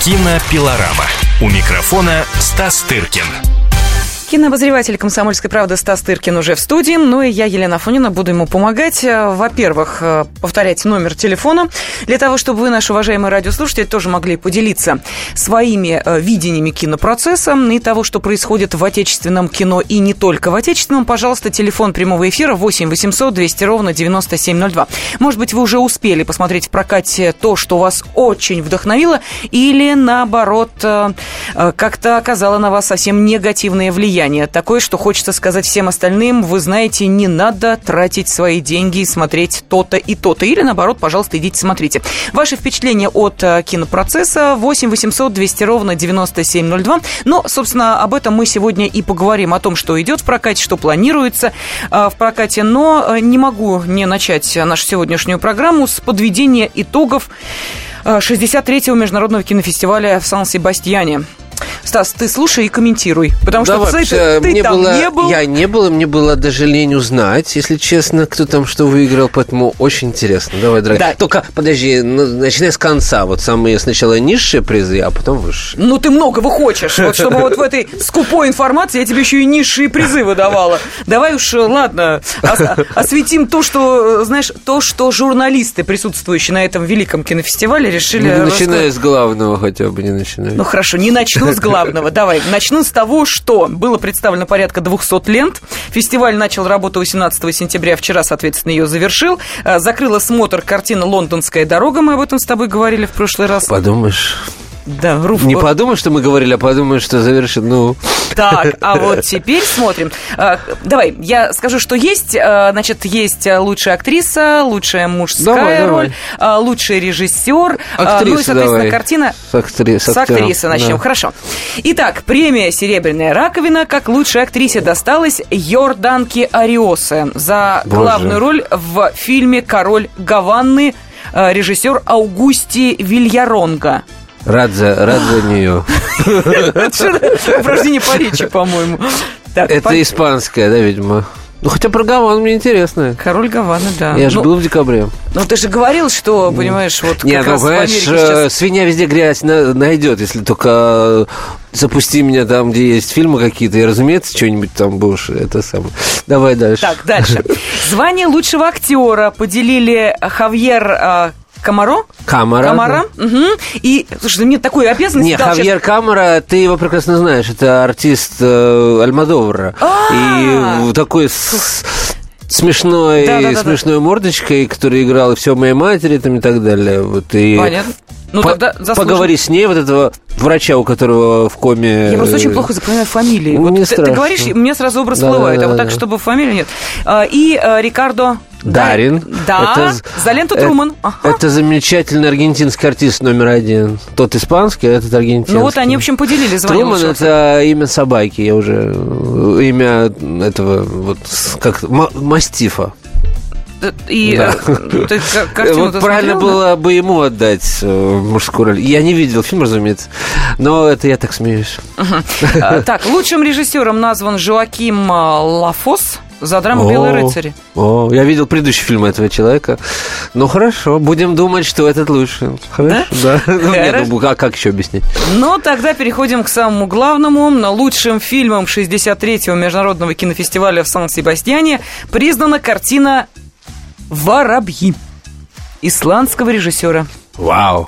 Кинопилорама. У микрофона Стас Тыркин. Кинообозреватель «Комсомольской правды» Стас Тыркин уже в студии. Ну и я, Елена Афонина, буду ему помогать. Во-первых, повторять номер телефона, для того, чтобы вы, наши уважаемые радиослушатели, тоже могли поделиться своими видениями кинопроцесса и того, что происходит в отечественном кино и не только в отечественном. Пожалуйста, телефон прямого эфира 8 800 200 ровно 9702. Может быть, вы уже успели посмотреть в прокате то, что вас очень вдохновило, или, наоборот, как-то оказало на вас совсем негативное влияние. Такое, что хочется сказать всем остальным: вы знаете, не надо тратить свои деньги и смотреть то-то и то-то. Или, наоборот, пожалуйста, идите смотрите. Ваши впечатления от кинопроцесса 8 800 200 ровно 9702. Но, собственно, об этом мы сегодня и поговорим. О том, что идет в прокате, что планируется в прокате. Но не могу не начать нашу сегодняшнюю программу с подведения итогов 63-го международного кинофестиваля в Сан-Себастьяне. Стас, ты слушай и комментируй, потому что ты там не был. Я не был, и мне было даже лень узнать, если честно, кто там что выиграл, поэтому очень интересно. Давай, дорогая. Да. Только, подожди, начинай с конца. Вот самые сначала низшие призы, а потом высшие. Ну, ты многого хочешь. Вот чтобы вот в этой скупой информации я тебе еще и низшие призы выдавала. Давай уж, ладно, осветим то, что, знаешь, то, что журналисты, присутствующие на этом великом кинофестивале, решили... Ну, начиная с главного хотя бы, не начинай. Ну, хорошо, не начну с главного. Давай, начну с того, что было представлено порядка 200 лент. Фестиваль начал работу 18 сентября, вчера, соответственно, ее завершил. Закрыла смотр картина «Лондонская дорога». Мы об этом с тобой говорили в прошлый раз. Подумаешь... Да, не подумай, что мы говорили, а подумай, что завершит, ну... Так, а вот теперь смотрим. Давай, я скажу, что есть. Значит, есть лучшая актриса, лучшая мужская роль, лучший режиссер. Актриса, ну и, соответственно, давай. Картина... С актрисы начнем. Да. Хорошо. Итак, премия «Серебряная раковина» как лучшей актрисе досталась Йорданке Ариосе за главную роль в фильме «Король Гаваны», режиссер Аугусти Вильяронга. Рад за нее. Упражнение по речи, по-моему. Это испанская, да, видимо? Ну, хотя про Гавану мне интересно. Король Гаваны, да. Я же был в декабре. Ну, ты же говорил, что, понимаешь, вот как раз в Америке сейчас... свинья везде грязь найдет, если только запусти меня там, где есть фильмы какие-то, и, разумеется, что-нибудь там будешь, это самое. Давай дальше. Так, дальше. Звание лучшего актера поделили Хавьер... Камара. Угу. И, слушай, мне такую обязанность... Не, Хавьер Камара, ты его прекрасно знаешь. Это артист Альмодовара. И такой смешной мордочкой, который играл и «Все моей матери» там, и так далее. Вот, и понятно. Ну, тогда поговори с ней, вот этого врача, у которого в коме... Я просто очень плохо запоминаю фамилии. Вот ты говоришь, и у меня сразу образ всплывает, а вот так, чтобы фамилии нет. И Рикардо Дарин. Да, за ленту Труман. Это замечательный аргентинский артист номер один. Тот испанский, а этот аргентинский. Ну вот они, в общем, поделили звание. Труман – это имя собаки, я уже... Имя этого, вот, как мастифа. И да. Ты вот правильно смотрел, было бы ему отдать мужскую роль. Я не видел фильм, разумеется, но это я так смеюсь. Так, лучшим режиссером назван Жоаким Лафос за драму «Белые рыцари». Я видел предыдущий фильм этого человека. Ну, хорошо, будем думать, что этот лучше. Хорошо, да. А как еще объяснить? Ну, тогда переходим к самому главному. Лучшим фильмом 63-го международного кинофестиваля в Сан-Себастьяне признана картина «Воробьи» исландского режиссера. Вау.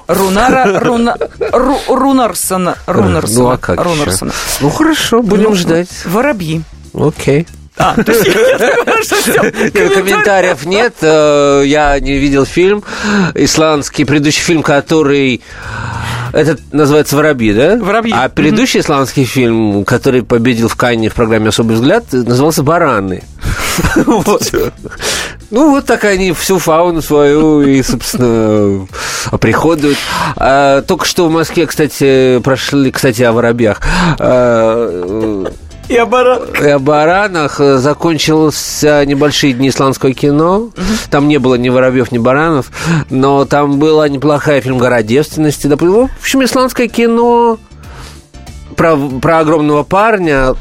Рунарсона. Ну, а как еще? Ну, хорошо, будем ждать. «Воробьи». Окей. Комментариев нет. Я не видел фильм исландский, предыдущий фильм, который... Этот называется «Воробьи», да? «Воробьи». А предыдущий исландский фильм, который победил в Канне в программе «Особый взгляд», назывался «Бараны». Ну, вот так они всю фауну свою и, собственно, оприходуют. Только что в Москве, кстати, прошли, о воробьях. И о баранах. Закончился небольшие дни исландского кино. Там не было ни воробьев, ни баранов. Но там была неплохая фильм «Гора девственности». В общем, исландское кино про огромного парня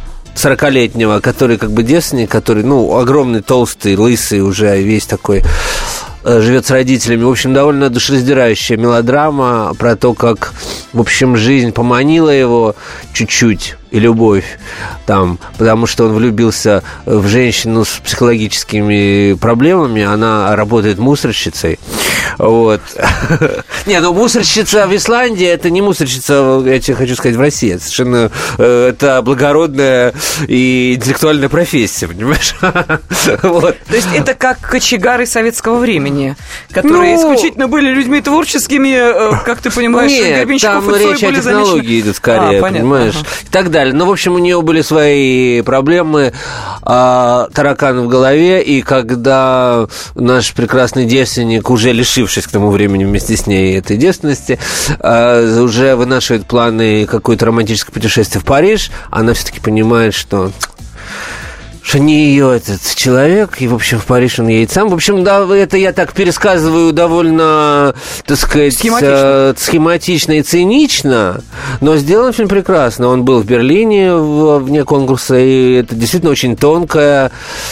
40-летнего, который как бы девственник, который, огромный, толстый, лысый уже, весь такой. живет с родителями. В общем, довольно душераздирающая мелодрама про то, как, в общем, жизнь поманила его чуть-чуть, и любовь там, потому что он влюбился в женщину с психологическими проблемами, она работает мусорщицей. Вот. Не, ну мусорщица в Исландии, это не мусорщица, я тебе хочу сказать, в России. Это совершенно это благородная и интеллектуальная профессия, понимаешь? Вот. То есть это как кочегары советского времени, которые исключительно были людьми творческими, как ты понимаешь, Гребенщиков и Цой были замечены. Там речь о технологии идет скорее, понимаешь? И так далее. Ну, в общем, у нее были свои проблемы, тараканы в голове, и когда наш прекрасный девственник, уже лишившись к тому времени вместе с ней этой девственности, уже вынашивает планы какое-то романтическое путешествие в Париж, она все-таки понимает, что не ее этот человек, и, в общем, в Париж он едет сам. В общем, да, это я так пересказываю довольно, так сказать, схематично и цинично, но сделан фильм прекрасно. Он был в Берлине вне конкурса, и это действительно очень тонкая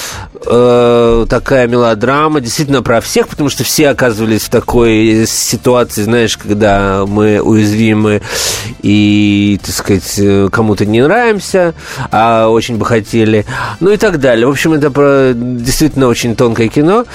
такая мелодрама, действительно про всех, потому что все оказывались в такой ситуации, знаешь, когда мы уязвимы и, так сказать, кому-то не нравимся, а очень бы хотели, ну и так далее. В общем, это действительно очень тонкое кино.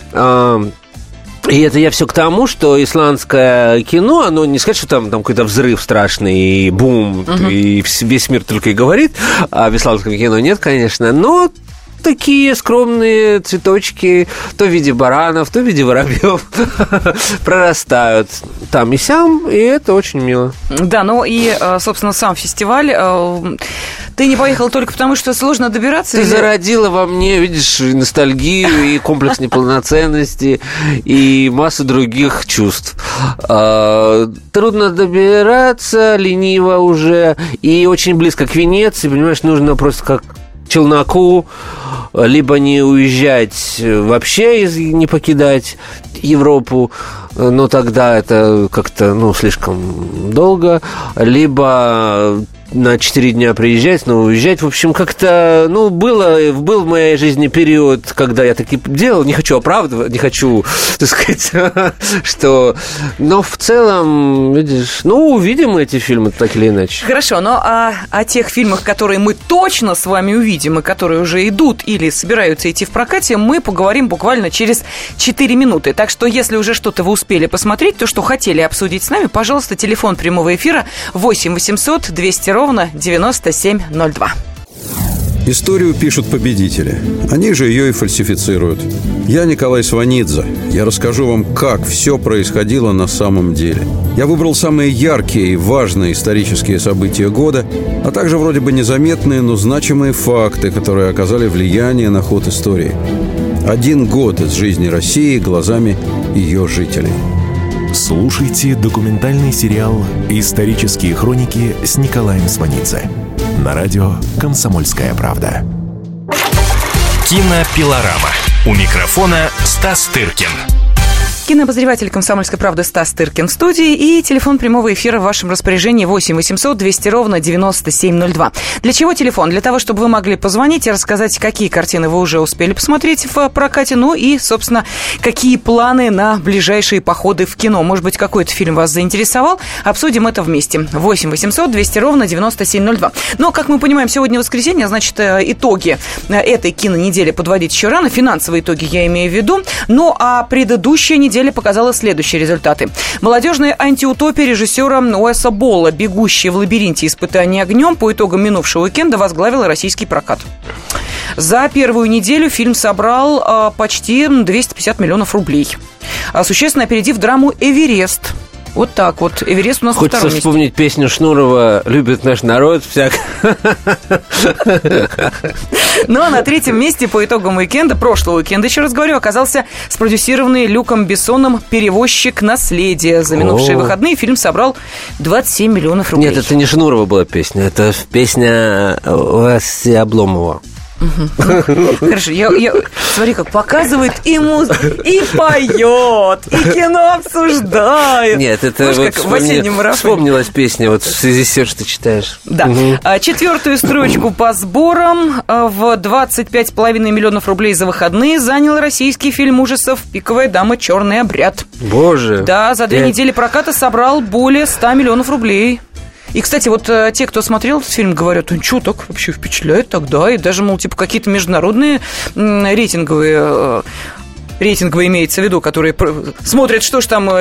И это я все к тому, что исландское кино, оно не сказать, что там какой-то взрыв страшный, и бум, и весь мир только и говорит, а в исландском кино нет, конечно, но такие скромные цветочки, то в виде баранов, то в виде воробьев прорастают там и сям, и это очень мило. Да, ну и, собственно, сам фестиваль. Ты не поехал только потому, что сложно добираться? Ты зародила во мне, видишь, ностальгию и комплекс неполноценности, и массу других чувств. Трудно добираться, лениво уже, и очень близко к Венеции, понимаешь, нужно просто как челноку, либо не уезжать вообще, не покидать Европу, но тогда это как-то, слишком долго, либо на 4 дня приезжать, но уезжать. В общем, как-то, был в моей жизни период, когда я таки делал, не хочу оправдывать, не хочу, так сказать, что... Но в целом, видишь, увидим эти фильмы так или иначе. Хорошо, но о тех фильмах, которые мы точно с вами увидим, и которые уже идут или собираются идти в прокате, мы поговорим буквально через 4 минуты. Так что, если уже что-то вы успели посмотреть, то, что хотели обсудить с нами, пожалуйста, телефон прямого эфира 8 800 200 9702. Историю пишут победители. Они же ее и фальсифицируют. Я Николай Сванидзе. Я расскажу вам, как все происходило на самом деле. Я выбрал самые яркие и важные исторические события года, а также вроде бы незаметные, но значимые факты, которые оказали влияние на ход истории. 1 год из жизни России глазами ее жителей. Слушайте документальный сериал «Исторические хроники» с Николаем Сванидзе на радио «Комсомольская правда». Кинопилорама. У микрофона Стас Тыркин. Кинообозреватель «Комсомольской правды» Стас Тыркин в студии, и телефон прямого эфира в вашем распоряжении 8 800 200 9702. Для чего телефон? Для того, чтобы вы могли позвонить и рассказать, какие картины вы уже успели посмотреть в прокате, и, собственно, какие планы на ближайшие походы в кино. Может быть, какой-то фильм вас заинтересовал? Обсудим это вместе. 8 800 200 9702. Но, как мы понимаем, сегодня воскресенье, значит, итоги этой кинонедели подводить еще рано. Финансовые итоги я имею в виду. А предыдущая неделя показала следующие результаты. Молодежная антиутопия режиссера Уэса Болла «Бегущий в лабиринте. Испытание огнем» по итогам минувшего уикенда возглавила российский прокат. За первую неделю фильм собрал почти 250 миллионов рублей, существенно опередив драму «Эверест». Вот так вот. Эверест у нас на втором месте. Хочется вспомнить песню Шнурова «Любит наш народ». А на третьем месте по итогам уикенда, прошлого уикенда, еще раз говорю, оказался спродюсированный Люком Бессоном «Перевозчик наследия». За минувшие выходные фильм собрал 27 миллионов рублей. Нет, это не Шнурова была песня, это песня Васи Обломова. Хорошо, смотри, как показывает и поет, и кино обсуждает. Нет, это вот в осеннем марафоне. Вспомнилась песня вот в связи с тем, что ты читаешь. Да. Четвертую строчку по сборам в 25,5 миллионов рублей за выходные занял российский фильм ужасов «Пиковая дама. Черный обряд». Боже. Да, за 2 недели проката собрал более 100 миллионов рублей. И, кстати, вот те, кто смотрел этот фильм, говорят, он что, так вообще впечатляет тогда? И даже, мол, типа какие-то международные рейтинговые имеется в виду, которые смотрят, что ж там,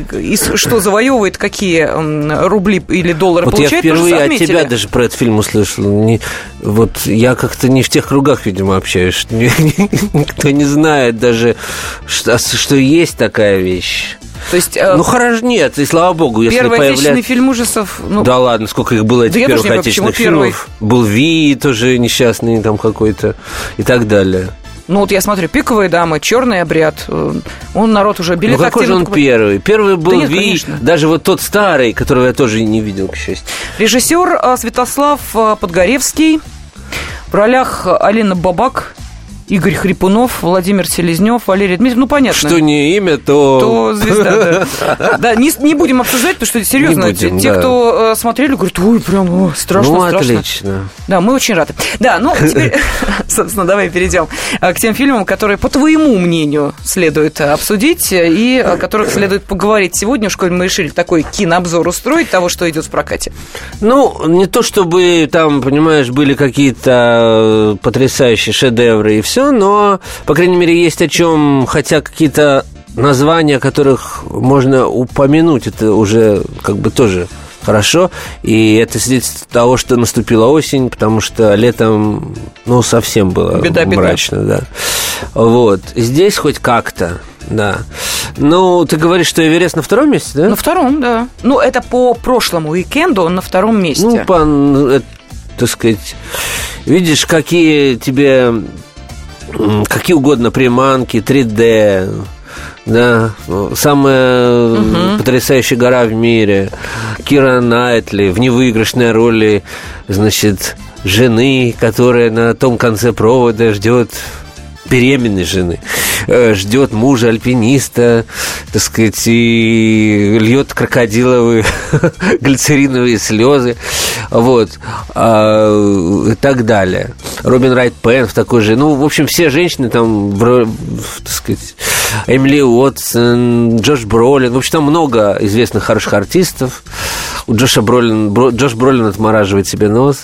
что завоевывает, какие рубли или доллары вот получает. Я впервые от тебя даже про этот фильм услышал. Вот я как-то не в тех кругах, видимо, общаюсь. Никто не знает даже, что есть такая вещь. То есть, хорошо, нет, и слава богу, если первый отечественный фильм ужасов. Да ладно, сколько их было этих первых отечественных фильмов. Был Ви тоже несчастный там какой-то и так далее. Ну вот я смотрю, «Пиковая дама», «Черный обряд». Он народ уже билет активно. Какой же он первый? Первый был Ви, конечно. Даже вот тот старый, которого я тоже не видел, к счастью. Режиссер Святослав Подгоревский. В ролях Алина Бабак, Игорь Хрипунов, Владимир Селезнев, Валерий Дмитриев. Ну, понятно. Что не имя, то звезда, да. Да, не будем обсуждать, потому что, серьезно, те, кто смотрели, говорят, ой, прям страшно. Отлично. Да, мы очень рады. Да, ну, теперь, собственно, давай перейдем к тем фильмам, которые, по твоему мнению, следует обсудить и о которых следует поговорить сегодня, уж коль мы решили такой кинообзор устроить того, что идет в прокате. Ну, не то чтобы там, понимаешь, были какие-то потрясающие шедевры и все, но, по крайней мере, есть о чем, хотя какие-то названия, которых можно упомянуть, это уже как бы тоже хорошо, и это свидетельство того, что наступила осень, потому что летом, совсем было мрачно, да. Вот, здесь хоть как-то, да. Ну, ты говоришь, что «Эверест» на втором месте, да? На втором, да. Ну, это по прошлому уикенду он на втором месте. Так сказать, видишь, какие угодно приманки, 3D, да, самая потрясающая гора в мире, Кира Найтли в невыигрышной роли, значит, жены, которая на том конце провода ждет беременной жены, ждет мужа альпиниста, так сказать, и льет крокодиловые глицериновые слезы, вот, и так далее. Робин Райт Пенс такой же, в общем, все женщины там, так сказать, Эмили Уотсон, Джош Бролин, в общем, там много известных хороших артистов. У Джош Бролин отмораживает себе нос.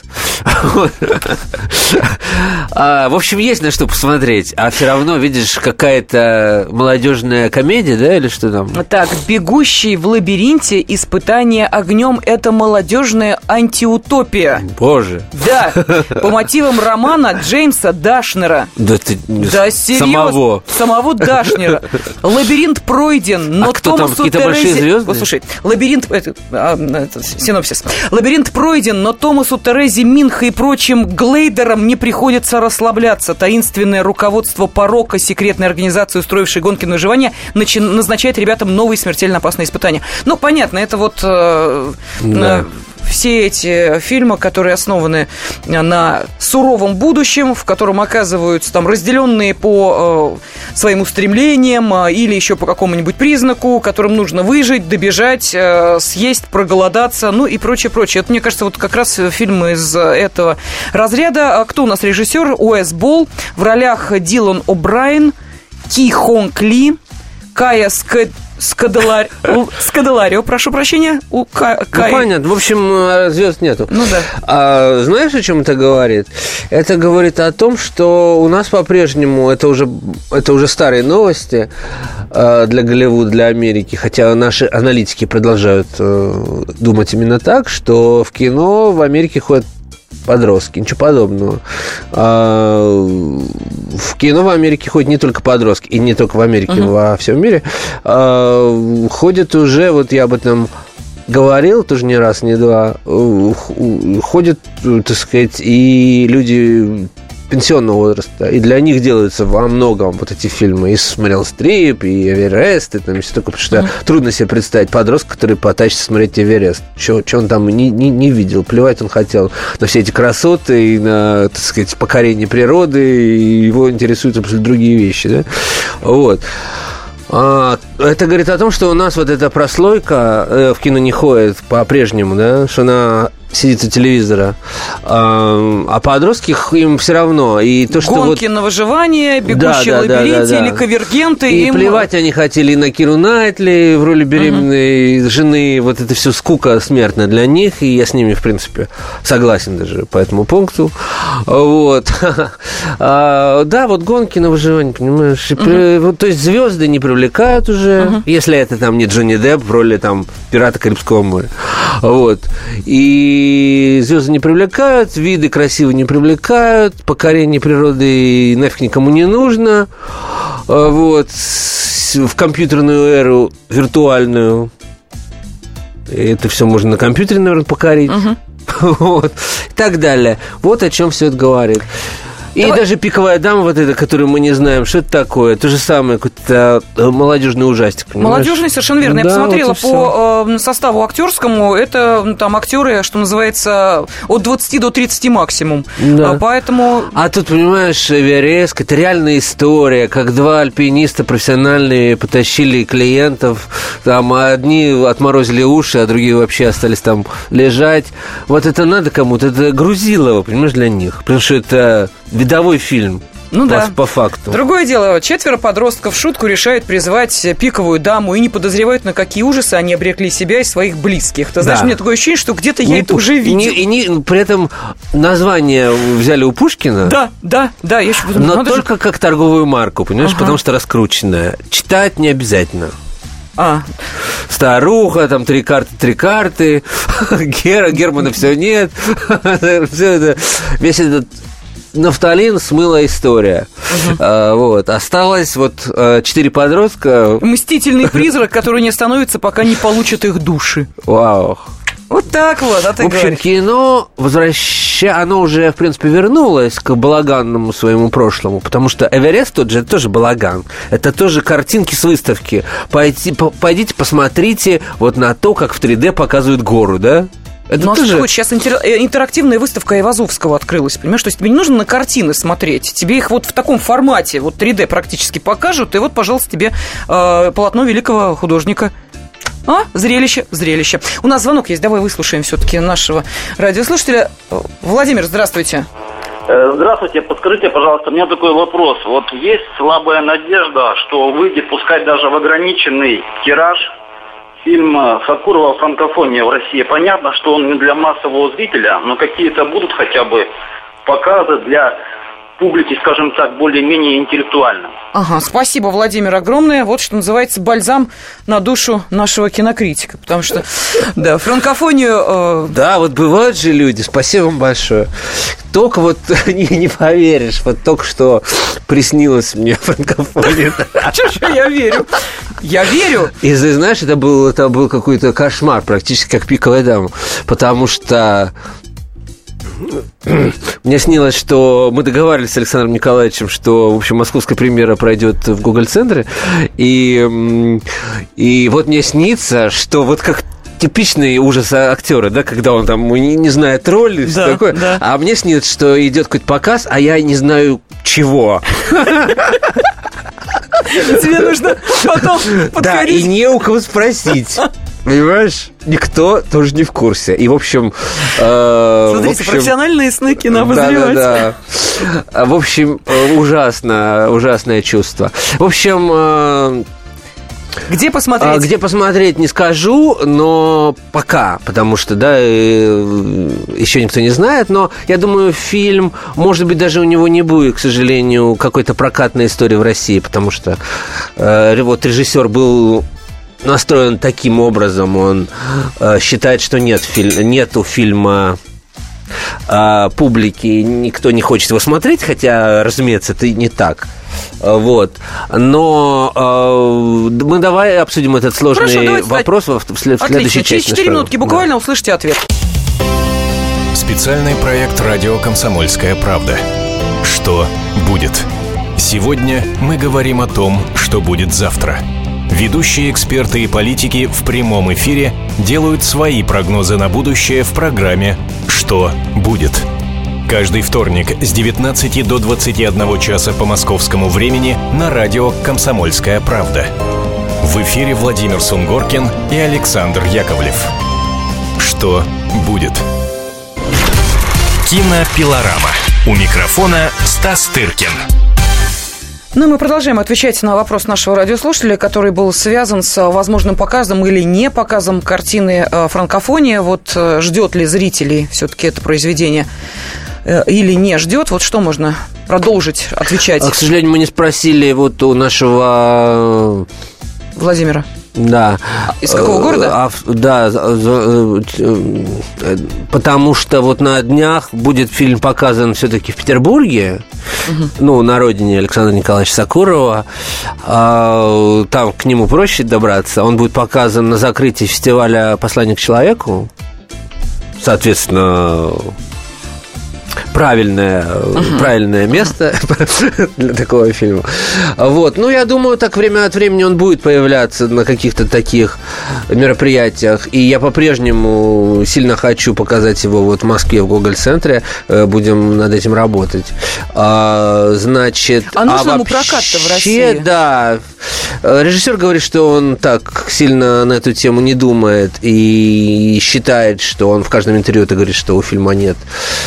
В общем, есть на что посмотреть. А все равно, видишь, какая-то молодежная комедия, да, или что там? Так, «Бегущий в лабиринте. Испытание огнем» – это молодежная антиутопия. Боже. Да, по мотивам романа Джеймса Дашнера. Да, серьезно. Самого Дашнера. Лабиринт пройден, но Томасу какие-то большие звезды? Послушай, лабиринт... Синопсис. Лабиринт пройден, но Томасу Терезе Минха и прочим глейдерам не приходится расслабляться. Таинственное руководство порока секретной организации, устроившей гонки на выживание, назначает ребятам новые смертельно опасные испытания. Ну, понятно, это вот... Все эти фильмы, которые основаны на суровом будущем, в котором оказываются там разделенные по своим устремлениям или еще по какому-нибудь признаку, которым нужно выжить, добежать, съесть, проголодаться, ну и прочее. Это, мне кажется, вот как раз фильмы из этого разряда. Кто у нас режиссер? Уэс Болл. В ролях Дилан О'Брайен, Ки Хонг Ли, Кая Скоделарио, прошу прощения. Понятно. В общем, звезд нету. Ну да. Знаешь, о чем это говорит? Это говорит о том, что у нас по-прежнему это уже старые новости для Голливуда, для Америки, хотя наши аналитики продолжают думать именно так, что в кино в Америке ходят подростки, ничего подобного. В кино в Америке ходят не только подростки, и не только в Америке, во всем мире. Ходят уже, вот я об этом говорил тоже не раз, не два, ходят, так сказать, и люди пенсионного возраста, и для них делаются во многом вот эти фильмы. И с Мэрил Стрип, и Эверест, и там все такое, потому что трудно себе представить подростка, который потащится смотреть Эверест. Что он там не видел, плевать он хотел на все эти красоты и на, так сказать, покорение природы, и его интересуют абсолютно другие вещи, да? Вот. Это говорит о том, что у нас вот эта прослойка в кино не ходит по-прежнему, да, что она сидит у телевизора, а подростки им все равно. И то, что гонки на выживание, бегущие в лабиринте или конвергенты. И плевать они хотели и на Киру Найтли в роли беременной жены. Вот это все скука смертная для них, и я с ними, в принципе, согласен даже по этому пункту. Вот. Да, вот гонки на выживание, понимаешь. То есть звезды не привлекают уже, если это там не Джонни Депп в роли там пирата Карибского моря. Вот. И звезды не привлекают, виды красивые не привлекают, покорение природы нафиг никому не нужно. Вот. В компьютерную эру виртуальную это все можно на компьютере, наверное, покорить. Вот. И так далее. Вот о чем все это говорит. И даже «Пиковая дама», вот эта, которую мы не знаем, что это такое, то же самое, какой-то молодежный ужастик, понимаешь? Молодежный, совершенно верно. Я посмотрела по составу актерскому, это там актеры, что называется, от 20 до 30 максимум. Да. Поэтому... А тут, понимаешь, Эверест, это реальная история, как два альпиниста профессиональные потащили клиентов, там одни отморозили уши, а другие вообще остались там лежать. Вот это надо кому-то, это Грузилово, понимаешь, для них, потому что это... видовой фильм. Ну да. По факту. Другое дело, 4 подростков в шутку решают призвать пиковую даму и не подозревают, на какие ужасы они обрекли себя и своих близких. Ты знаешь, у меня такое ощущение, что где-то я это уже видел. При этом название взяли у Пушкина. Да. Я еще подумала, но только как торговую марку, понимаешь, потому что раскрученная. Читать не обязательно. Старуха, там 3 карты, Германа все нет. Все это, весь этот нафталин смыла история. Вот. Осталось 4 подростка. Мстительный призрак, который не остановится, пока не получат их души. Вау. Вот так вот, а ты говоришь. В общем, кино, оно уже, в принципе, вернулось к балаганному своему прошлому, потому что Эверест тот же, это тоже балаган. Это тоже картинки с выставки. Пойдите, посмотрите вот на то, как в 3D показывают гору, да? Ну, тоже... сейчас интерактивная выставка Айвазовского открылась, понимаешь? То есть тебе не нужно на картины смотреть, тебе их вот в таком формате, вот 3D практически покажут, и вот, пожалуйста, тебе полотно великого художника. Зрелище. У нас звонок есть, давай выслушаем все-таки нашего радиослушателя. Владимир, здравствуйте. Здравствуйте, подскажите, пожалуйста, у меня такой вопрос. Вот есть слабая надежда, что выйдет, пускай даже в ограниченный тираж, фильм Сокурова «Франкофония» в России. Понятно, что он не для массового зрителя, но какие-то будут хотя бы показы для публики, скажем так, более-менее интеллектуально. Спасибо, Владимир, огромное. Вот что называется бальзам на душу нашего кинокритика. Потому что, да, франкофонию... Да, вот бывают же люди, спасибо вам большое. Только вот не поверишь, вот только что приснилось мне франкофония. Чё, я верю. Я верю. И знаешь, это был какой-то кошмар, практически как «Пиковая дама». Потому что... Мне снилось, что мы договаривались с Александром Николаевичем, что, в общем, московская премьера пройдет в Гоголь-центре. И вот мне снится, что вот как типичный ужас актера, да, когда он там не знает роли, все такое. Да. А мне снится, что идет какой-то показ, а я не знаю чего. Тебе нужно потом подкорить. Да, и не у кого спросить. Понимаешь? Никто тоже не в курсе. И, в общем... Смотрите, профессиональные сны кинообозревателя. Да. В общем, ужасное чувство. В общем... Где посмотреть? Где посмотреть, не скажу, но пока, потому что, да, еще никто не знает, но я думаю, фильм, может быть, даже у него не будет, к сожалению, какой-то прокатной истории в России, потому что вот режиссер был настроен таким образом, он считает, что нету фильма публики, никто не хочет его смотреть, хотя, разумеется, это не так. Вот. Но мы давай обсудим этот сложный вопрос в следующей части. Через 4 минутки буквально услышите ответ. Специальный проект «Радио Комсомольская правда». Что Что будет? Сегодня мы говорим о том, что будет завтра. Ведущие эксперты и политики в прямом эфире делают свои прогнозы на будущее в программе «Что будет?». Каждый вторник с 19 до 21 часа по московскому времени на радио «Комсомольская правда». В эфире Владимир Сунгоркин и Александр Яковлев. Что будет? Кинопилорама. У микрофона Стас Тыркин. Ну, мы продолжаем отвечать на вопрос нашего радиослушателя, который был связан с возможным показом или не показом картины «Франкофония». Вот ждет ли зрителей все-таки это произведение или не ждет? Вот что можно продолжить отвечать? К сожалению, мы не спросили вот у нашего... Владимира. Да. Из какого города? Да, потому что вот на днях будет фильм показан все-таки в Петербурге, ну, на родине Александра Николаевича Сакурова. Там к нему проще добраться. Он будет показан на закрытии фестиваля «Послание к человеку». Соответственно, правильное место для такого фильма. Вот. Ну, я думаю, так время от времени он будет появляться на каких-то таких мероприятиях. И я по-прежнему сильно хочу показать его вот в Москве, в Гоголь-центре. Будем над этим работать. Значит... А нужно ему прокат-то в России? Да. Режиссер говорит, что он так сильно на эту тему не думает и считает, что он в каждом интервью это говорит, что у фильма нет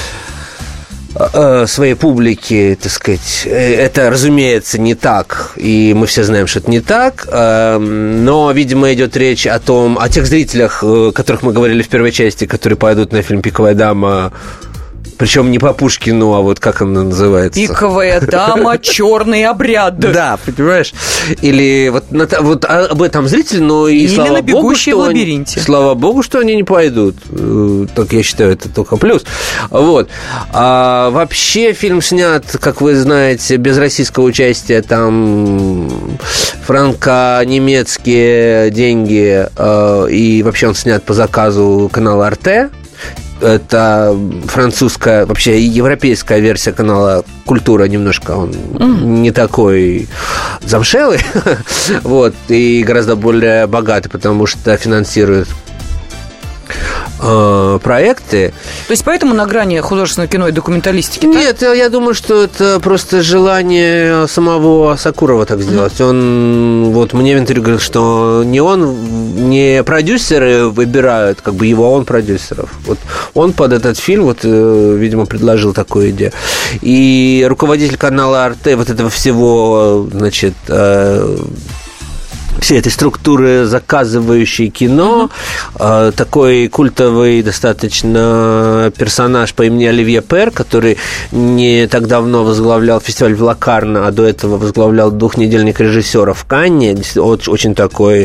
своей публики, так сказать. Это, разумеется, не так, и мы все знаем, что это не так, но, видимо, идет речь о тех зрителях, о которых мы говорили в первой части, которые пойдут на фильм «Пиковая дама», причем не по Пушкину, а вот как она называется? «Пиковая дама. Черный обряд». Да, понимаешь? Или вот об этом зритель, но и или слава на «Бегущей Богу, в лабиринте». Слава Богу, что они не пойдут. Так я считаю, это только плюс. Вот. А вообще фильм снят, как вы знаете, без российского участия. Там франко-немецкие деньги. И вообще он снят по заказу канала «Арте». Это французская, вообще европейская версия канала «Культура». Немножко он не такой замшелый, вот, и гораздо более богатый, потому что финансирует проекты. То есть поэтому на грани художественного кино и документалистики? Нет, так? Я думаю, что это просто желание самого Сакурова так сделать. Он вот мне в интервью говорил, что не продюсеры выбирают как бы его, а он продюсеров. Вот он под этот фильм, вот, видимо, предложил такую идею. И руководитель канала «Арте» вот этого всего, значит, всей этой структуры, заказывающей кино, такой культовый достаточно персонаж по имени Оливье Пер, который не так давно возглавлял фестиваль в Локарно, а до этого возглавлял двухнедельник режиссера в Канне, очень такой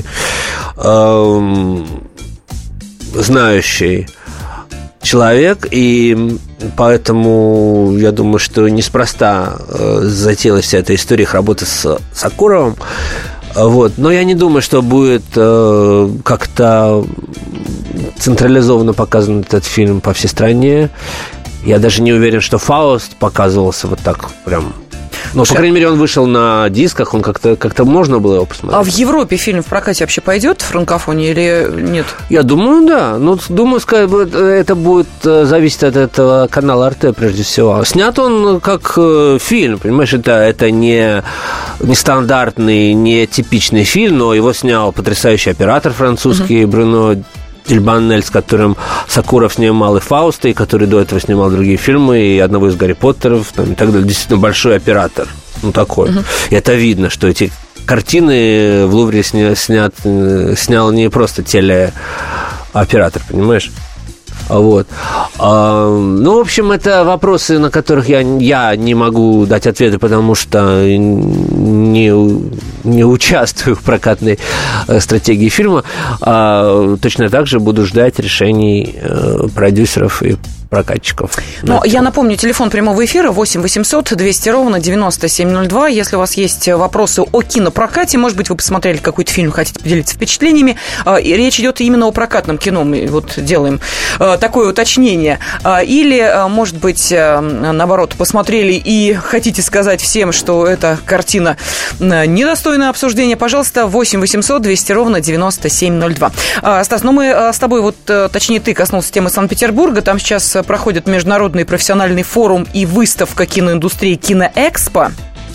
знающий человек, и поэтому я думаю, что неспроста затеялась вся эта история их работы с Сакуровым. Вот. Но я не думаю, что будет как-то централизованно показан этот фильм по всей стране. Я даже не уверен, что «Фауст» показывался вот так прям. Но, по крайней мере, он вышел на дисках, он как-то можно было его посмотреть. А в Европе фильм в прокате вообще пойдет, «Франкофония», или нет? Я думаю, да. Ну, думаю, это будет зависеть от этого канала «Арте», прежде всего. Снят он как фильм, понимаешь, это не стандартный, не типичный фильм, но его снял потрясающий оператор французский, Бруно Дельбаннель, с которым Сакуров снимал и «Фауста», и который до этого снимал другие фильмы, и одного из «Гарри Поттеров», там, и так далее. Действительно большой оператор. Ну, такой. И это видно, что эти картины в Лувре снял не просто телеоператор, понимаешь? Вот. Ну, в общем, это вопросы, на которых я не могу дать ответы, потому что не участвую в прокатной стратегии фильма. Точно так же буду ждать решений продюсеров и прокатчиков. Но я напомню, телефон прямого эфира 8 800 200 ровно 9702. Если у вас есть вопросы о кинопрокате, может быть, вы посмотрели какой-то фильм, хотите поделиться впечатлениями, и речь идет именно о прокатном кино, мы вот делаем такое уточнение. Или, может быть, наоборот, посмотрели и хотите сказать всем, что эта картина недостойна обсуждения, пожалуйста, 8 800 200 ровно 9702. Стас, ну мы с тобой, вот, точнее, ты коснулся темы Санкт-Петербурга, там сейчас проходит международный профессиональный форум и выставка киноиндустрии «Киноэкспо».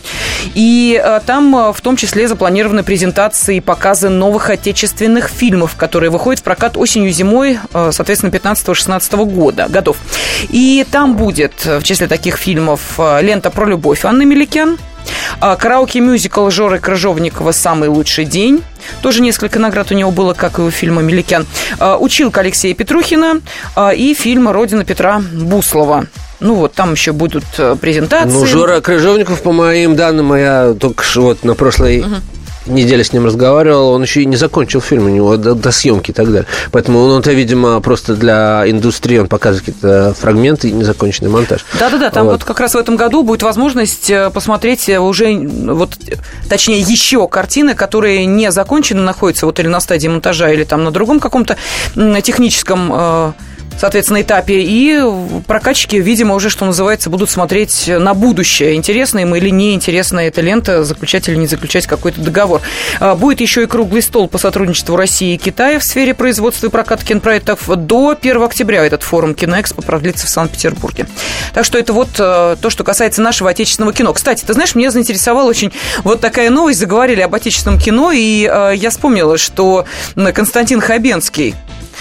И там в том числе запланированы презентации и показы новых отечественных фильмов, которые выходят в прокат осенью-зимой, соответственно, 15-16 годов. И там будет в числе таких фильмов «Лента про любовь» Анны Меликян, караоке-мюзикл Жоры Крыжовникова «Самый лучший день». Тоже несколько наград у него было, как и у фильма «Меликян». «Училка» Алексея Петрухина и фильм «Родина» Петра Буслова. Ну, вот там еще будут презентации. Ну, Жора Крыжовников, по моим данным, я только вот на прошлой неделе с ним разговаривал, он еще и не закончил фильм, у него до съемки и так далее. Поэтому он-то, видимо, просто для индустрии, он показывает какие-то фрагменты и незаконченный монтаж. Да-да-да, там вот как раз в этом году будет возможность посмотреть уже, вот, точнее, еще картины, которые не закончены, находятся вот или на стадии монтажа, или там на другом каком-то техническом, соответственно, этапе, и прокатчики, видимо, уже, что называется, будут смотреть на будущее, интересна им или неинтересна эта лента, заключать или не заключать какой-то договор. Будет еще и круглый стол по сотрудничеству России и Китая в сфере производства и проката кинопроектов. До 1 октября этот форум «Киноэкспо» продлится в Санкт-Петербурге. Так что это вот то, что касается нашего отечественного кино. Кстати, ты знаешь, меня заинтересовала очень вот такая новость. Заговорили об отечественном кино, и я вспомнила, что Константин Хабенский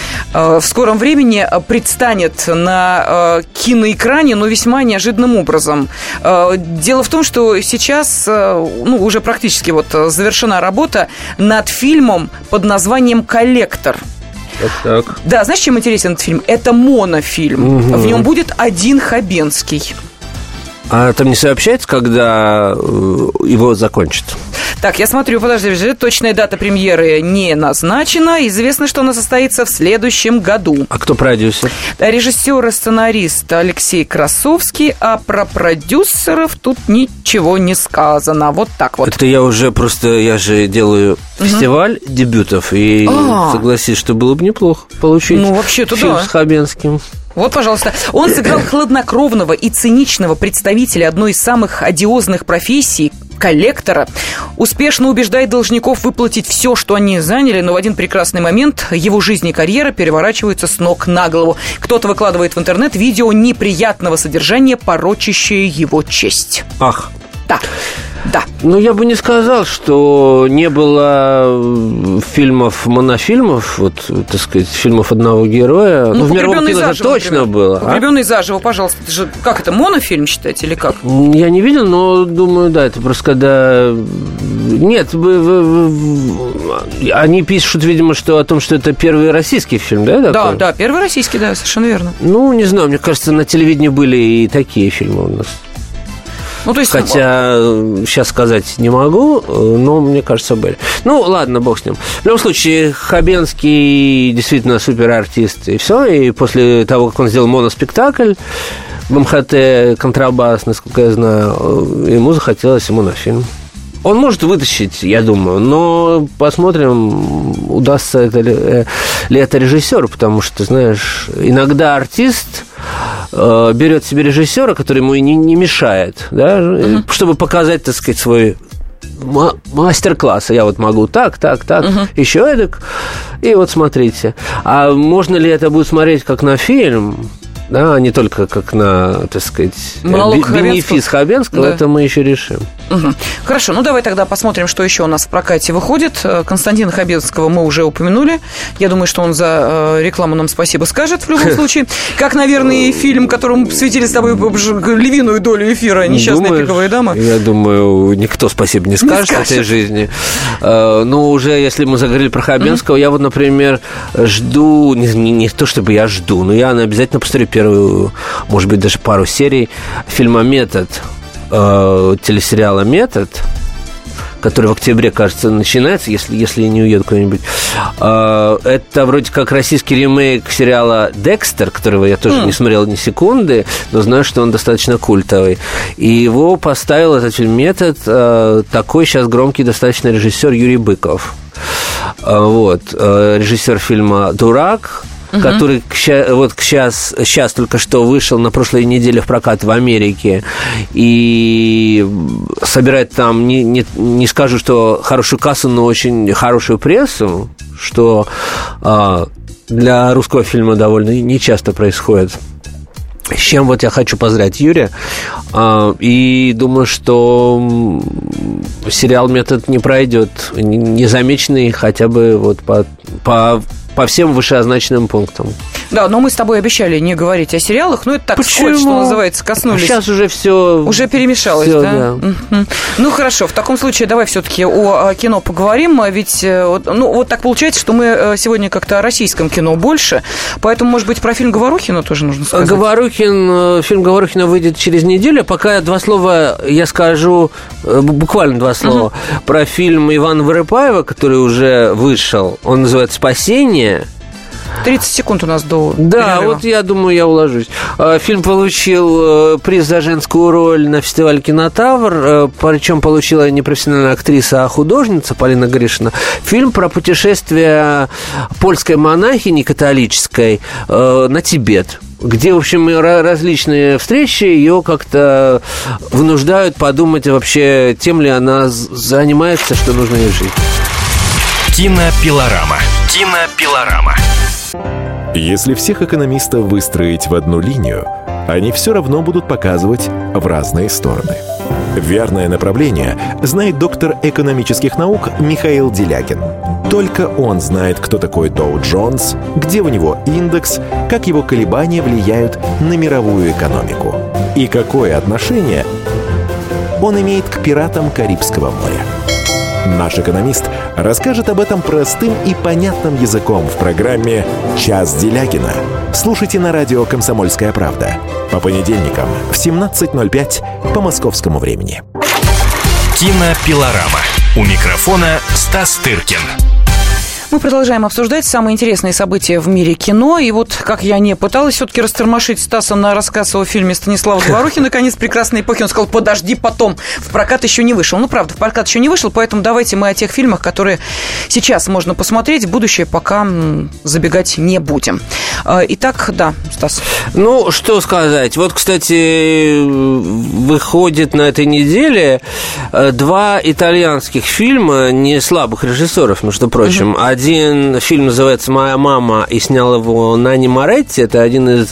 в скором времени предстанет на киноэкране, но весьма неожиданным образом. Дело в том, что сейчас, уже практически вот завершена работа над фильмом под названием «Коллектор». Так. Да, знаешь, чем интересен этот фильм? Это монофильм. В нем будет один Хабенский. А там не сообщается, когда его закончат? Так, я смотрю, подожди, точная дата премьеры не назначена. Известно, что она состоится в следующем году. А кто продюсер? Режиссер и сценарист Алексей Красовский, а про продюсеров тут ничего не сказано. Вот так вот. Это я же делаю фестиваль дебютов, и согласись, что было бы неплохо получить вообще-то фильм с Хабенским. Вот, пожалуйста. Он сыграл хладнокровного и циничного представителя одной из самых одиозных профессий – коллектора. Успешно убеждает должников выплатить все, что они заняли, но в один прекрасный момент его жизнь и карьера переворачиваются с ног на голову. Кто-то выкладывает в интернет видео неприятного содержания, порочащее его честь. Ах. Да. Ну, я бы не сказал, что не было монофильмов, вот, так сказать, фильмов одного героя. В «Мировом кино» точно было. «Погребенный заживо», пожалуйста. Это же, как это, монофильм считаете или как? Я не видел, но думаю, да, это просто когда... Нет, они пишут, видимо, о том, что это первый российский фильм, да? Такой? Да, первый российский, да, совершенно верно. Ну, не знаю, мне кажется, на телевидении были и такие фильмы у нас. Хотя сейчас сказать не могу, но мне кажется, были. Ну, ладно, бог с ним. В любом случае, Хабенский действительно суперартист, и все. И после того, как он сделал моноспектакль в МХТ «Контрабас», насколько я знаю, ему захотелось на фильм. Он может вытащить, я думаю, но посмотрим, удастся ли это режиссеру, потому что, знаешь, иногда артист берет себе режиссера, который ему и не мешает, да, чтобы показать, так сказать, свой мастер-класс. Я вот могу так, еще эдак, и вот смотрите. А можно ли это будет смотреть как на фильм? Да, а не только как на, так сказать, бенефис Хабенского, да. Это мы еще решим. Хорошо, давай тогда посмотрим, что еще у нас в прокате выходит. Константина Хабенского мы уже упомянули. Я думаю, что он за рекламу нам спасибо скажет в любом случае. Как, наверное, и фильм, которому посвятили с тобой львиную долю эфира «Несчастная пиковая дама». Я думаю, никто спасибо не скажет в этой жизни. Но уже, если мы заговорили про Хабенского, я вот, например, жду, не то чтобы я жду, но я обязательно посмотрю первую, может быть, даже пару серий фильма «Метод», телесериала «Метод», который в октябре, кажется, начинается, если я не уеду куда-нибудь. Это вроде как российский ремейк сериала «Декстер», которого я тоже не смотрел ни секунды, но знаю, что он достаточно культовый. И его поставил этот фильм «Метод» такой сейчас громкий достаточно режиссер Юрий Быков. Вот. Режиссер фильма «Дурак», который сейчас только что вышел на прошлой неделе в прокат в Америке и собирает там, не скажу, что хорошую кассу, но очень хорошую прессу, что для русского фильма довольно нечасто происходит. С чем вот я хочу поздравить Юрия. И думаю, что сериал «Метод» не пройдет незамеченный хотя бы вот по всем вышеозначенным пунктам. Да, но мы с тобой обещали не говорить о сериалах, но это так вскользь, что называется, коснулись. Сейчас уже все... Уже перемешалось, всё, да? Ну, хорошо, в таком случае давай все-таки о кино поговорим, ведь, вот так получается, что мы сегодня как-то о российском кино больше, поэтому, может быть, про фильм Говорухина тоже нужно сказать. Фильм Говорухина выйдет через неделю, пока два слова я скажу, буквально два слова, про фильм Ивана Вырыпаева, который уже вышел, он называется «Спасение». 30 секунд у нас до Да, перерыва. вот я думаю, я уложусь. Фильм получил приз за женскую роль на фестивале «Кинотавр», причем получила не профессиональная актриса, а художница Полина Гришина. Фильм про путешествие польской монахини католической на Тибет, где, в общем, различные встречи ее как-то вынуждают подумать вообще, тем ли она занимается, что нужно ей жить. Кинопилорама. Кинопилорама. Если всех экономистов выстроить в одну линию, они все равно будут показывать в разные стороны. Верное направление знает доктор экономических наук Михаил Делякин. Только он знает, кто такой Доу Джонс, где у него индекс, как его колебания влияют на мировую экономику и какое отношение он имеет к пиратам Карибского моря. Наш экономист расскажет об этом простым и понятным языком в программе «Час Делякина». Слушайте на радио «Комсомольская правда» по понедельникам в 17:05 по московскому времени. Кинопилорама. У микрофона Стас Тыркин. Мы продолжаем обсуждать самые интересные события в мире кино. И вот, как я не пыталась все-таки растормошить Стаса на рассказ о фильме Станислава Говорухина «Конец прекрасной эпохи», он сказал: подожди, потом, в прокат еще не вышел. Ну, правда, в прокат еще не вышел, поэтому давайте мы о тех фильмах, которые сейчас можно посмотреть, в будущее пока забегать не будем. Итак, да, Стас. Ну, что сказать. Вот, кстати, выходит на этой неделе два итальянских фильма не слабых режиссеров, между прочим. Один фильм называется «Моя мама», и снял его Нанни Моретти. Это один из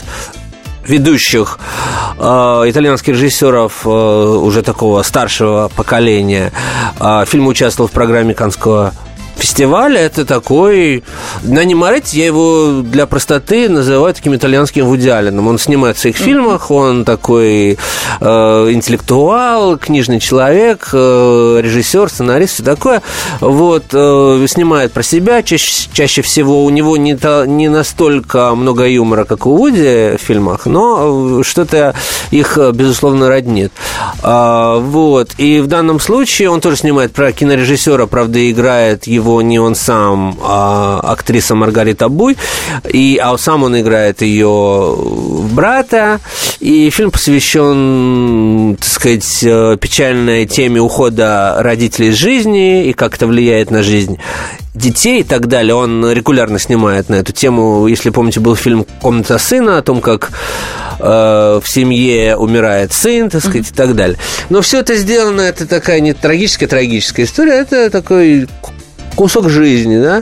ведущих итальянских режиссеров уже такого старшего поколения. Фильм участвовал в программе Каннского фестиваля. Это такой... Нанни Моретти, я его для простоты называю таким итальянским Вуди Алленом. Он снимает в своих фильмах, он такой интеллектуал, книжный человек, режиссер, сценарист, все такое. Вот, снимает про себя. Чаще всего у него не настолько много юмора, как у Вуди в фильмах, но что-то их, безусловно, роднит. Вот. И в данном случае он тоже снимает про кинорежиссера, правда, играет его не он сам, а актриса Маргарита Буй, а сам он играет ее брата, и фильм посвящен, так сказать, печальной теме ухода родителей из жизни и как это влияет на жизнь детей и так далее. Он регулярно снимает на эту тему. Если помните, был фильм «Комната сына» о том, как в семье умирает сын, так сказать, и так далее. Но все это сделано, это такая не трагическая история, это такой кусок жизни, да,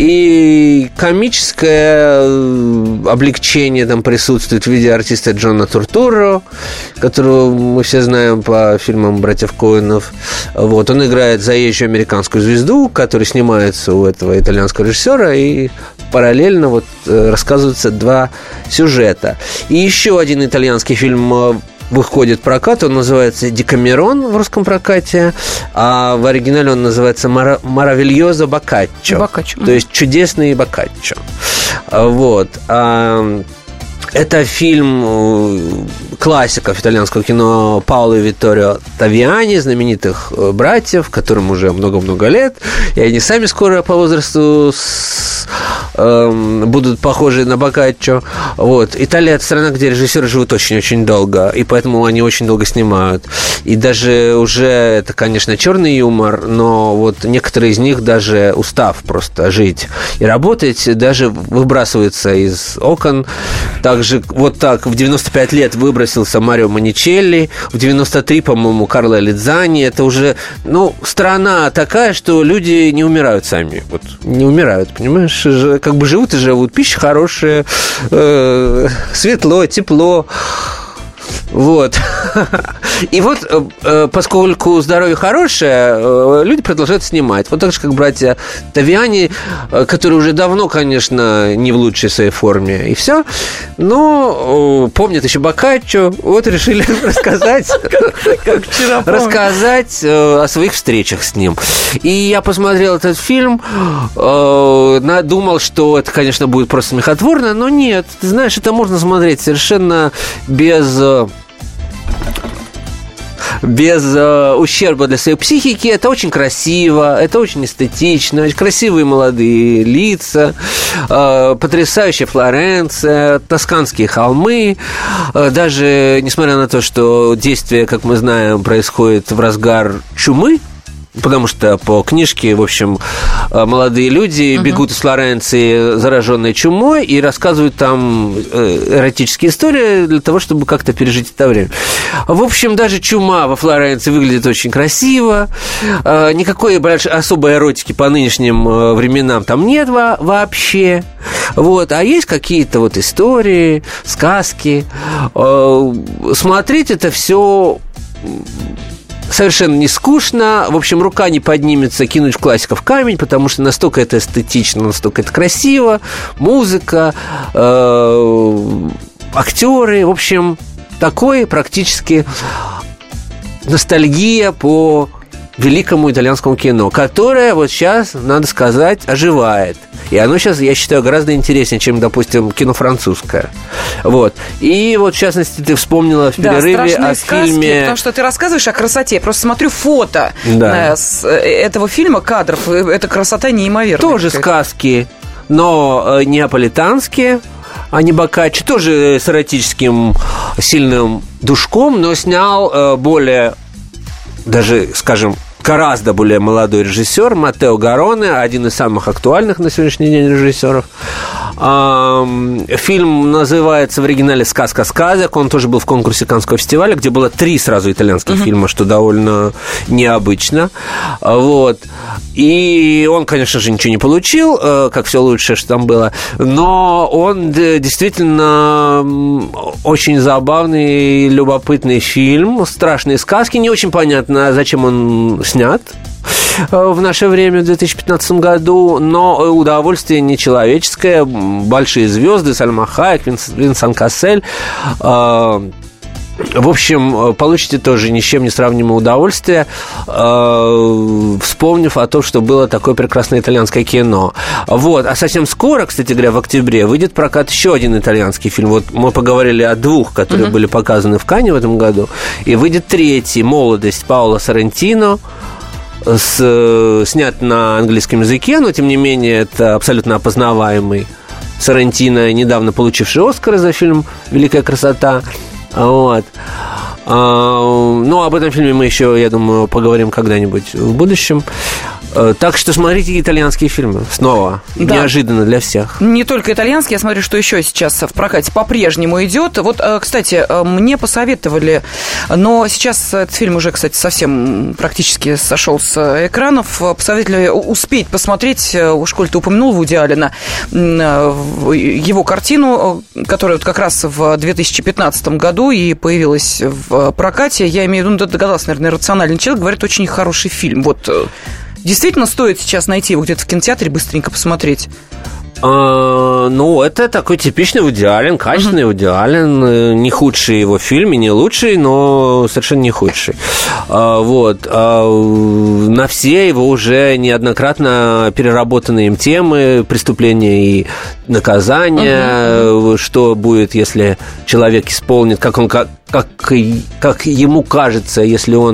и комическое облегчение там присутствует в виде артиста Джона Туртурро, которого мы все знаем по фильмам братьев Коэнов. Вот, он играет заезжую американскую звезду, которая снимается у этого итальянского режиссера, и параллельно вот рассказываются два сюжета. И еще один итальянский фильм выходит в прокат, он называется «Декамерон» в русском прокате, а в оригинале он называется «Маравильозо Боккаччо». То есть «Чудесный Боккаччо». Вот. Это фильм классиков итальянского кино Паоло и Витторио Тавиани, знаменитых братьев, которым уже много-много лет, и они сами скоро по возрасту будут похожи на Боккаччо. Вот. Италия – это страна, где режиссеры живут очень-очень долго, и поэтому они очень долго снимают. И даже уже это, конечно, черный юмор, но вот некоторые из них, даже устав просто жить и работать, даже выбрасываются из окон. Также вот так в 95 лет выбросился Марио Маничелли, в 93, по-моему, Карло Лидзани. Это уже, страна такая, что люди не умирают сами. Вот, не умирают, понимаешь? Как бы живут и живут. Пища хорошая, светло, тепло. Вот. И вот, поскольку здоровье хорошее, люди продолжают снимать. Вот так же, как братья Тавиани, которые уже давно, конечно, не в лучшей своей форме, и все. Но помнят еще Боккаччо. Вот решили рассказать о своих встречах с ним. И я посмотрел этот фильм, думал, что это, конечно, будет просто смехотворно, но нет. Ты знаешь, это можно смотреть совершенно без ущерба для своей психики. Это очень красиво, это очень эстетично, очень красивые молодые лица, потрясающая Флоренция, тосканские холмы. Даже несмотря на то, что действие, как мы знаем, происходит в разгар чумы, потому что по книжке, в общем, молодые люди бегут из Флоренции, зараженные чумой, и рассказывают там эротические истории для того, чтобы как-то пережить это время. В общем, даже чума во Флоренции выглядит очень красиво. Никакой особой эротики по нынешним временам там нет вообще. Вот. А есть какие-то вот истории, сказки. Смотреть это все совершенно не скучно. В общем, рука не поднимется кинуть в классиков камень, потому что настолько это эстетично, настолько это красиво. Музыка, актеры. В общем, такой практически ностальгия по великому итальянскому кино, которое вот сейчас, надо сказать, оживает. И оно сейчас, я считаю, гораздо интереснее, чем, допустим, кино французское. Вот. И вот, в частности, ты вспомнила в перерыве о фильме... Потому что ты рассказываешь о красоте. Я просто смотрю фото с этого фильма, кадров. Эта красота неимоверная. Тоже сказки, но неаполитанские, а не Боккаччо. Тоже с эротическим сильным душком, но снял более, даже, скажем, гораздо более молодой режиссер Маттео Гароне, один из самых актуальных на сегодняшний день режиссеров. Фильм называется в оригинале «Сказка сказок». Он тоже был в конкурсе Каннского фестиваля, где было 3 сразу итальянских фильма, что довольно необычно. Вот. И он, конечно же, ничего не получил, как все лучшее, что там было. Но он действительно очень забавный и любопытный фильм. Страшные сказки. Не очень понятно, зачем он снят в наше время, в 2015 году, но удовольствие нечеловеческое. Большие звезды, Сальма Хайек, Винсан Кассель. В общем, получите тоже ни с чем не сравнимое удовольствие, вспомнив о том, что было такое прекрасное итальянское кино. Вот. А совсем скоро, кстати говоря, в октябре, выйдет в прокат еще один итальянский фильм. Вот мы поговорили о 2, которые были показаны в Канне в этом году. И выйдет 3-й «Молодость» Паоло Соррентино. Снят на английском языке, но, тем не менее, это абсолютно опознаваемый Соррентино, недавно получивший «Оскар» за фильм «Великая красота». Вот. Ну, об этом фильме мы еще, я думаю, поговорим когда-нибудь в будущем. Так что смотрите итальянские фильмы снова. Неожиданно для всех. Не только итальянские, я смотрю, что еще сейчас в прокате по-прежнему идет. Вот, кстати, мне посоветовали, но сейчас этот фильм уже, кстати, совсем практически сошел с экранов. Посоветовали успеть посмотреть, уж коль ты упомянул Вуди Аллена, его картину, которая вот как раз в 2015 году и появилась в прокате. Я имею в виду, догадался, наверное, рациональный человек, говорит, очень хороший фильм. Вот. Действительно стоит сейчас найти его где-то в кинотеатре, быстренько посмотреть? Ну, это такой типичный Вуди Аллен, качественный Вуди Аллен. Не худший его фильм, и не лучший, но совершенно не худший. Вот. На все его уже неоднократно переработанные им темы, преступления и наказания, что будет, если человек исполнит, как ему кажется, если он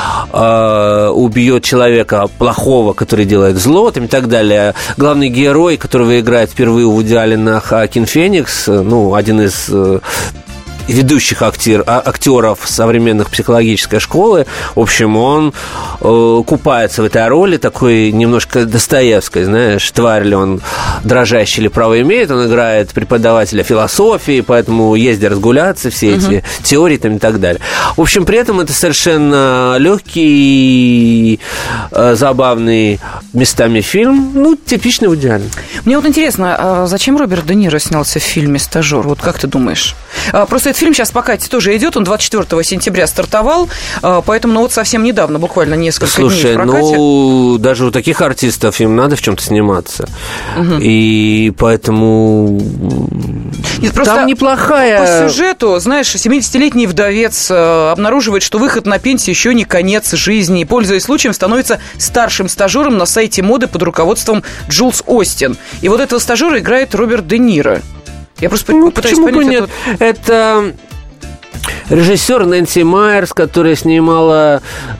убьет человека плохого, который делает зло, и так далее. Главный герой, которого играет впервые у Вуди Аллена, Хоакин Феникс, ну, один из ведущих актеров современных психологической школы. В общем, он купается в этой роли, такой немножко Достоевской, знаешь, тварь ли он дрожащий или право имеет. Он играет преподавателя философии, поэтому езди разгуляться, все эти теории там, и так далее. В общем, при этом это совершенно легкий, забавный местами фильм, ну, типичный Вуди Аллен. Мне вот интересно, зачем Роберт Де Ниро снялся в фильме «Стажер»? Вот как ты думаешь? Просто этот фильм сейчас пока тоже идет, он 24 сентября стартовал, поэтому, ну, вот совсем недавно, буквально несколько дней в прокате. Слушай, ну, даже у таких артистов им надо в чем-то сниматься. И поэтому Нет, там неплохая... По сюжету, знаешь, 70-летний вдовец обнаруживает, что выход на пенсию еще не конец жизни, и, пользуясь случаем, становится старшим стажером на сайте моды под руководством Джулс Остин. И вот этого стажера играет Роберт Де Ниро. Я просто пытаюсь понять... Нет? Это режиссер Нэнси Майерс, которая снимала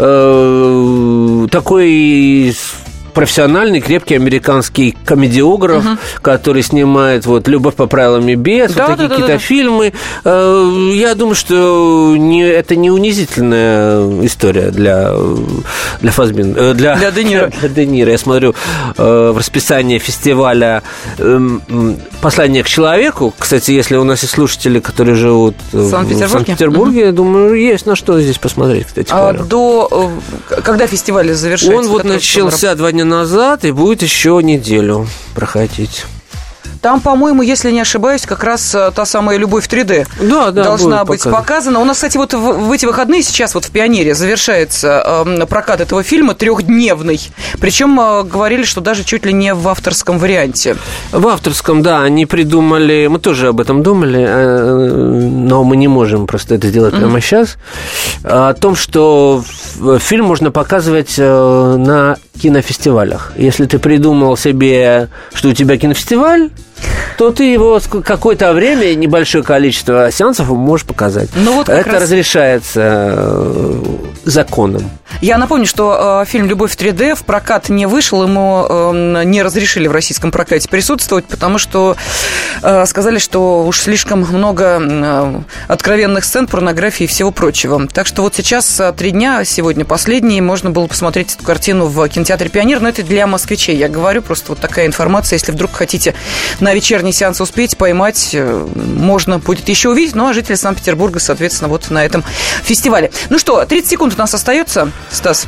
такой профессиональный, крепкий американский комедиограф, который снимает вот «Любовь по правилам небес», вот такие какие-то фильмы. Я думаю, что это не унизительная история для Фассбендера, для Де Ниро. Для Де Ниро. Я смотрю в расписании фестиваля «Послание к человеку». Кстати, если у нас есть слушатели, которые живут в Санкт-Петербурге, я думаю, есть на что здесь посмотреть, кстати. Когда фестиваль завершается? Он вот начался 2 дня назад и будет еще неделю проходить. Там, по-моему, если не ошибаюсь, как раз та самая «Любовь в 3D» должна быть показана. У нас, кстати, вот в эти выходные сейчас вот в «Пионере» завершается прокат этого фильма 3-дневный. Причем говорили, что даже чуть ли не в авторском варианте. В авторском, да, они придумали, мы тоже об этом думали, но мы не можем просто это сделать прямо сейчас, о том, что фильм можно показывать на кинофестивалях. Если ты придумал себе, что у тебя кинофестиваль, то ты его какое-то время, небольшое количество сеансов можешь показать. Вот это разрешается законом. Я напомню, что фильм «Любовь в 3D» в прокат не вышел, ему не разрешили в российском прокате присутствовать, потому что сказали, что уж слишком много откровенных сцен, порнографии и всего прочего. Так что вот сейчас 3 дня, сегодня последний, можно было посмотреть эту картину в кинотеатре «Пионер», но это для москвичей. Я говорю, просто вот такая информация, если вдруг хотите на вечерний сеанс успеть поймать, можно будет еще увидеть, ну а жители Санкт-Петербурга, соответственно, вот на этом фестивале. Ну что, 30 секунд у нас остается, Стас?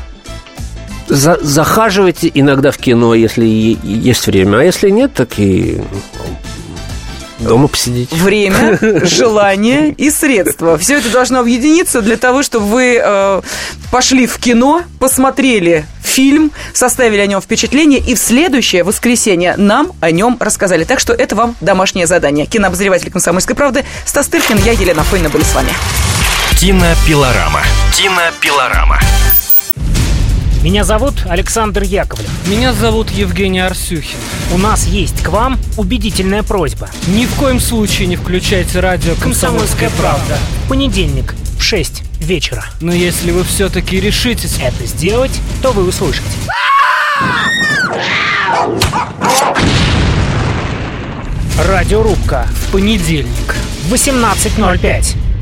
Захаживайте иногда в кино, если есть время, а если нет, так и дома посидеть. Время, желание и средства. Все это должно объединиться для того, чтобы вы пошли в кино, посмотрели фильм, составили о нем впечатление и в следующее воскресенье нам о нем рассказали. Так что это вам домашнее задание. Кинообозреватель «Комсомольской правды» Стас Тыркин, я, Елена Афонина, были с вами. Кинопилорама. Кинопилорама. Меня зовут Александр Яковлев. Меня зовут Евгений Арсюхин. У нас есть к вам убедительная просьба. Ни в коем случае не включайте радио «Комсомольская правда». В понедельник в 6 вечера. Но если вы все-таки решитесь это сделать, то вы услышите. Радиорубка. В понедельник. В 18:05.